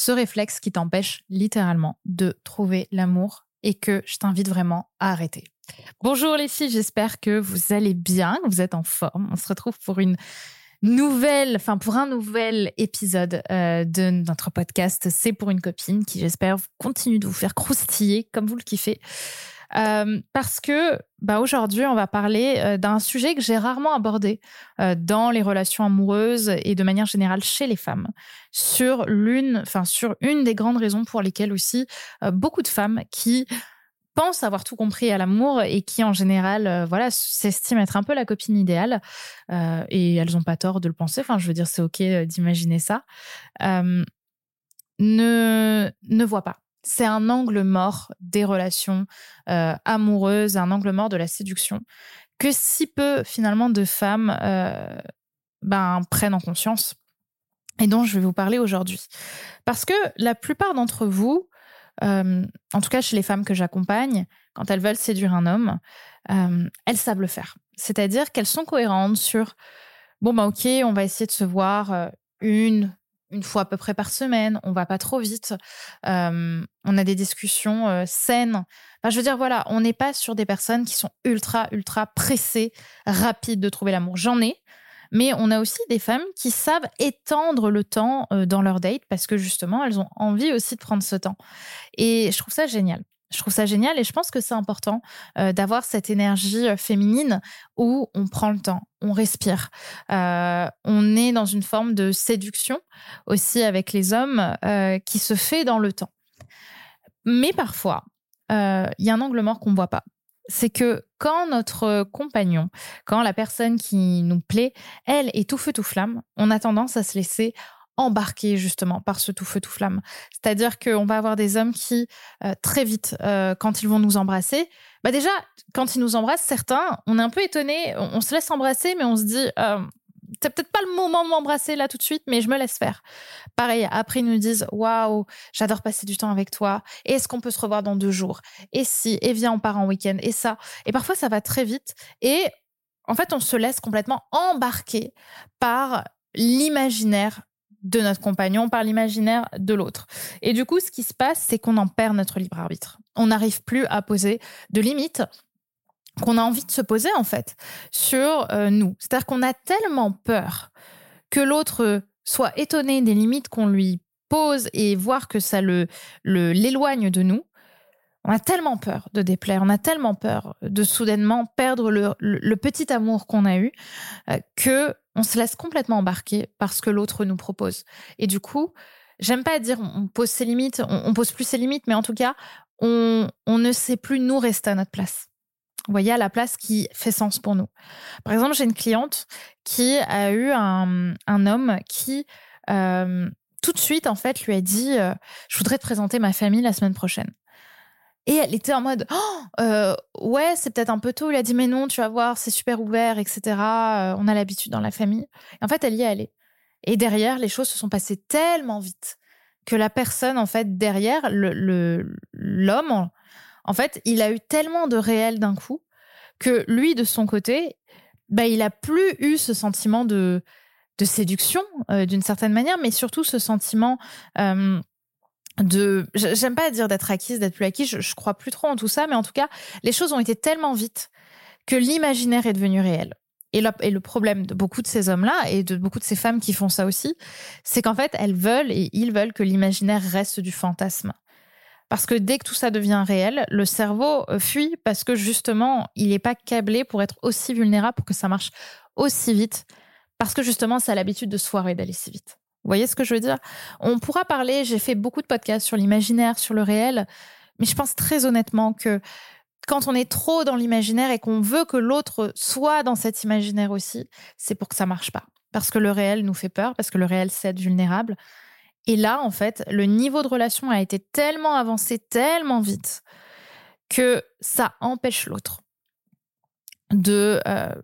ce réflexe qui t'empêche littéralement de trouver l'amour et que je t'invite vraiment à arrêter. Bonjour les filles, j'espère que vous allez bien, que vous êtes en forme. On se retrouve pour pour un nouvel épisode de notre podcast C'est pour une copine qui, j'espère, continue de vous faire croustiller comme vous le kiffez. Parce que aujourd'hui, on va parler d'un sujet que j'ai rarement abordé dans les relations amoureuses et de manière générale chez les femmes, sur une des grandes raisons pour lesquelles aussi beaucoup de femmes qui pensent avoir tout compris à l'amour et qui, en général, s'estiment être un peu la copine idéale. Et elles n'ont pas tort de le penser. Enfin, je veux dire, c'est OK d'imaginer ça. Ne voient pas. C'est un angle mort des relations amoureuses, un angle mort de la séduction, que si peu, finalement, de femmes prennent en conscience et dont je vais vous parler aujourd'hui. Parce que la plupart d'entre vous, en tout cas chez les femmes que j'accompagne, quand elles veulent séduire un homme, elles savent le faire. C'est-à-dire qu'elles sont cohérentes sur OK, on va essayer de se voir une fois à peu près par semaine, on va pas trop vite, on a des discussions saines. Enfin, je veux dire, voilà, on n'est pas sur des personnes qui sont ultra, ultra pressées, rapides de trouver l'amour. J'en ai, mais on a aussi des femmes qui savent étendre le temps dans leur date parce que justement, elles ont envie aussi de prendre ce temps. Et je trouve ça génial. Je trouve ça génial et je pense que c'est important d'avoir cette énergie féminine où on prend le temps, on respire. On est dans une forme de séduction aussi avec les hommes qui se fait dans le temps. Mais parfois, il y a un angle mort qu'on ne voit pas. C'est que quand notre compagnon, quand la personne qui nous plaît, elle est tout feu tout flamme, on a tendance à se laisser embarquer justement par ce tout feu tout flamme. C'est-à-dire qu'on va avoir des hommes qui, très vite, quand ils vont nous embrasser, déjà, quand ils nous embrassent, certains, on est un peu étonnés, on se laisse embrasser, mais on se dit, c'est peut-être pas le moment de m'embrasser là tout de suite, mais je me laisse faire. Pareil, après ils nous disent, waouh, j'adore passer du temps avec toi. Et est-ce qu'on peut se revoir dans 2 jours? Et si, et viens, on part en week-end. Et ça. Et parfois, ça va très vite. Et en fait, on se laisse complètement embarquer par l'imaginaire de notre compagnon, par l'imaginaire de l'autre. Et du coup, ce qui se passe, c'est qu'on en perd notre libre arbitre. On n'arrive plus à poser de limites qu'on a envie de se poser, en fait, sur nous. C'est-à-dire qu'on a tellement peur que l'autre soit étonné des limites qu'on lui pose et voir que ça l'éloigne de nous. On a tellement peur de déplaire, on a tellement peur de soudainement perdre le petit amour qu'on a eu que on se laisse complètement embarquer par ce que l'autre nous propose. Et du coup, j'aime pas dire on pose ses limites, on pose plus ses limites, mais en tout cas, on ne sait plus nous rester à notre place. Vous voyez, à la place qui fait sens pour nous. Par exemple, j'ai une cliente qui a eu un homme qui, tout de suite, en fait, lui a dit je voudrais te présenter ma famille la semaine prochaine. Et elle était en mode ouais, c'est peut-être un peu tôt. Il a dit mais non, tu vas voir, c'est super ouvert, etc. On a l'habitude dans la famille. Et en fait, elle y est allée. Et derrière, les choses se sont passées tellement vite que la personne, en fait, derrière, l'homme, en fait, il a eu tellement de réel d'un coup que lui, de son côté, il a plus eu ce sentiment de séduction d'une certaine manière, mais surtout ce sentiment j'aime pas dire d'être acquise, d'être plus acquise, je crois plus trop en tout ça, mais en tout cas, les choses ont été tellement vite que l'imaginaire est devenu réel. Et le problème de beaucoup de ces hommes-là et de beaucoup de ces femmes qui font ça aussi, c'est qu'en fait, elles veulent et ils veulent que l'imaginaire reste du fantasme. Parce que dès que tout ça devient réel, le cerveau fuit parce que justement, il n'est pas câblé pour être aussi vulnérable, pour que ça marche aussi vite. Parce que justement, ça a l'habitude de se foirer, d'aller si vite. Vous voyez ce que je veux dire? On pourra parler, j'ai fait beaucoup de podcasts sur l'imaginaire, sur le réel, mais je pense très honnêtement que quand on est trop dans l'imaginaire et qu'on veut que l'autre soit dans cet imaginaire aussi, c'est pour que ça marche pas. Parce que le réel nous fait peur, parce que le réel, c'est être vulnérable. Et là, en fait, le niveau de relation a été tellement avancé, tellement vite, que ça empêche l'autre de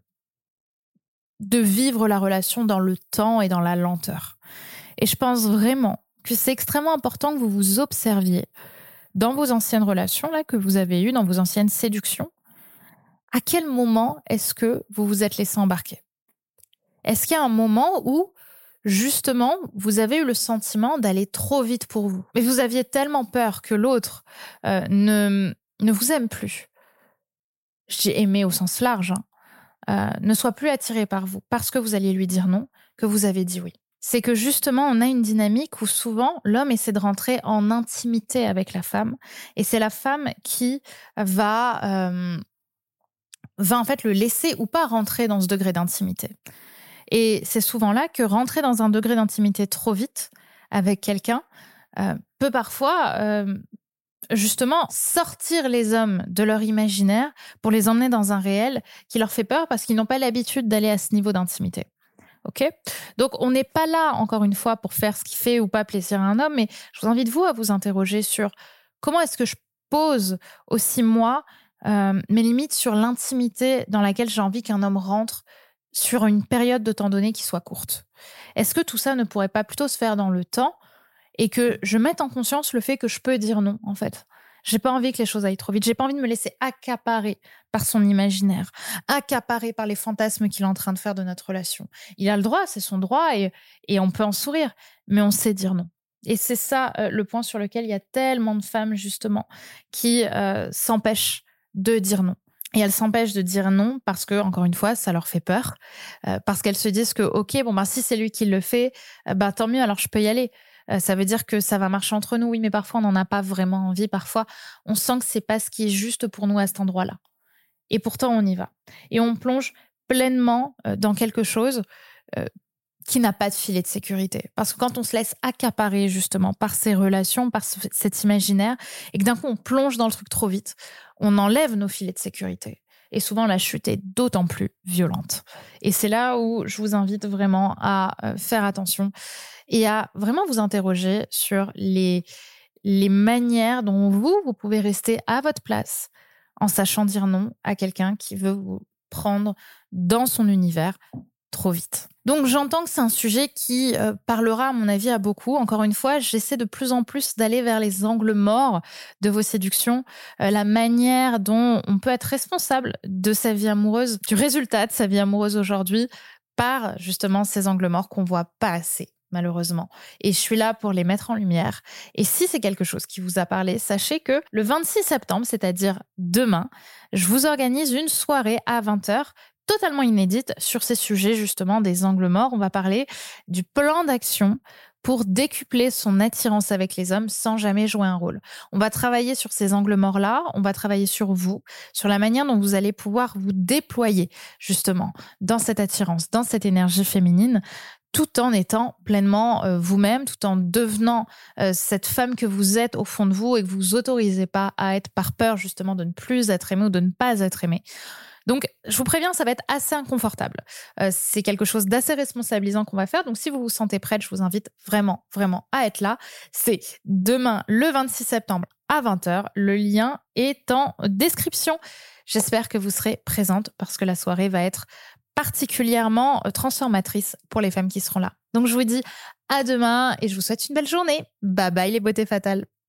vivre la relation dans le temps et dans la lenteur. Et je pense vraiment que c'est extrêmement important que vous vous observiez dans vos anciennes relations là, que vous avez eues, dans vos anciennes séductions. À quel moment est-ce que vous vous êtes laissé embarquer? Est-ce qu'il y a un moment où justement, vous avez eu le sentiment d'aller trop vite pour vous. Mais vous aviez tellement peur que l'autre ne vous aime plus. J'ai aimé au sens large, ne soit plus attiré par vous parce que vous alliez lui dire non, que vous avez dit oui. C'est que justement, on a une dynamique où souvent, l'homme essaie de rentrer en intimité avec la femme. Et c'est la femme qui va en fait le laisser ou pas rentrer dans ce degré d'intimité. Et c'est souvent là que rentrer dans un degré d'intimité trop vite avec quelqu'un peut parfois justement sortir les hommes de leur imaginaire pour les emmener dans un réel qui leur fait peur parce qu'ils n'ont pas l'habitude d'aller à ce niveau d'intimité. Ok ? Donc on n'est pas là, encore une fois, pour faire ce qui fait ou pas plaisir à un homme, mais je vous invite vous à vous interroger sur comment est-ce que je pose aussi moi mes limites sur l'intimité dans laquelle j'ai envie qu'un homme rentre sur une période de temps donné qui soit courte. Est-ce que tout ça ne pourrait pas plutôt se faire dans le temps et que je mette en conscience le fait que je peux dire non, en fait. J'ai pas envie que les choses aillent trop vite. J'ai pas envie de me laisser accaparer par son imaginaire, accaparer par les fantasmes qu'il est en train de faire de notre relation. Il a le droit, c'est son droit et on peut en sourire, mais on sait dire non. Et c'est ça le point sur lequel il y a tellement de femmes, justement, qui s'empêchent de dire non. Et elles s'empêchent de dire non parce que, encore une fois, ça leur fait peur. Parce qu'elles se disent que, ok, bon, si c'est lui qui le fait, tant mieux, alors je peux y aller. Ça veut dire que ça va marcher entre nous, oui, mais parfois on n'en a pas vraiment envie. Parfois, on sent que c'est pas ce qui est juste pour nous à cet endroit-là. Et pourtant, on y va. Et on plonge pleinement dans quelque chose qui n'a pas de filet de sécurité. Parce que quand on se laisse accaparer justement par ces relations, par cet imaginaire, et que d'un coup on plonge dans le truc trop vite, on enlève nos filets de sécurité. Et souvent, la chute est d'autant plus violente. Et c'est là où je vous invite vraiment à faire attention et à vraiment vous interroger sur les manières dont vous pouvez rester à votre place en sachant dire non à quelqu'un qui veut vous prendre dans son univers trop vite. Donc j'entends que c'est un sujet qui parlera à mon avis à beaucoup. Encore une fois, j'essaie de plus en plus d'aller vers les angles morts de vos séductions, la manière dont on peut être responsable de sa vie amoureuse, du résultat de sa vie amoureuse aujourd'hui par justement ces angles morts qu'on voit pas assez malheureusement. Et je suis là pour les mettre en lumière. Et si c'est quelque chose qui vous a parlé, sachez que le 26 septembre, c'est-à-dire demain, je vous organise une soirée à 20h totalement inédite sur ces sujets justement des angles morts. On va parler du plan d'action pour décupler son attirance avec les hommes sans jamais jouer un rôle. On va travailler sur ces angles morts-là, on va travailler sur vous, sur la manière dont vous allez pouvoir vous déployer justement dans cette attirance, dans cette énergie féminine, tout en étant pleinement vous-même, tout en devenant cette femme que vous êtes au fond de vous et que vous vous autorisez pas à être par peur justement de ne plus être aimée ou de ne pas être aimée. Donc, je vous préviens, ça va être assez inconfortable. C'est quelque chose d'assez responsabilisant qu'on va faire. Donc, si vous vous sentez prête, je vous invite vraiment, vraiment à être là. C'est demain, le 26 septembre à 20h. Le lien est en description. J'espère que vous serez présente parce que la soirée va être particulièrement transformatrice pour les femmes qui seront là. Donc, je vous dis à demain et je vous souhaite une belle journée. Bye bye les beautés fatales.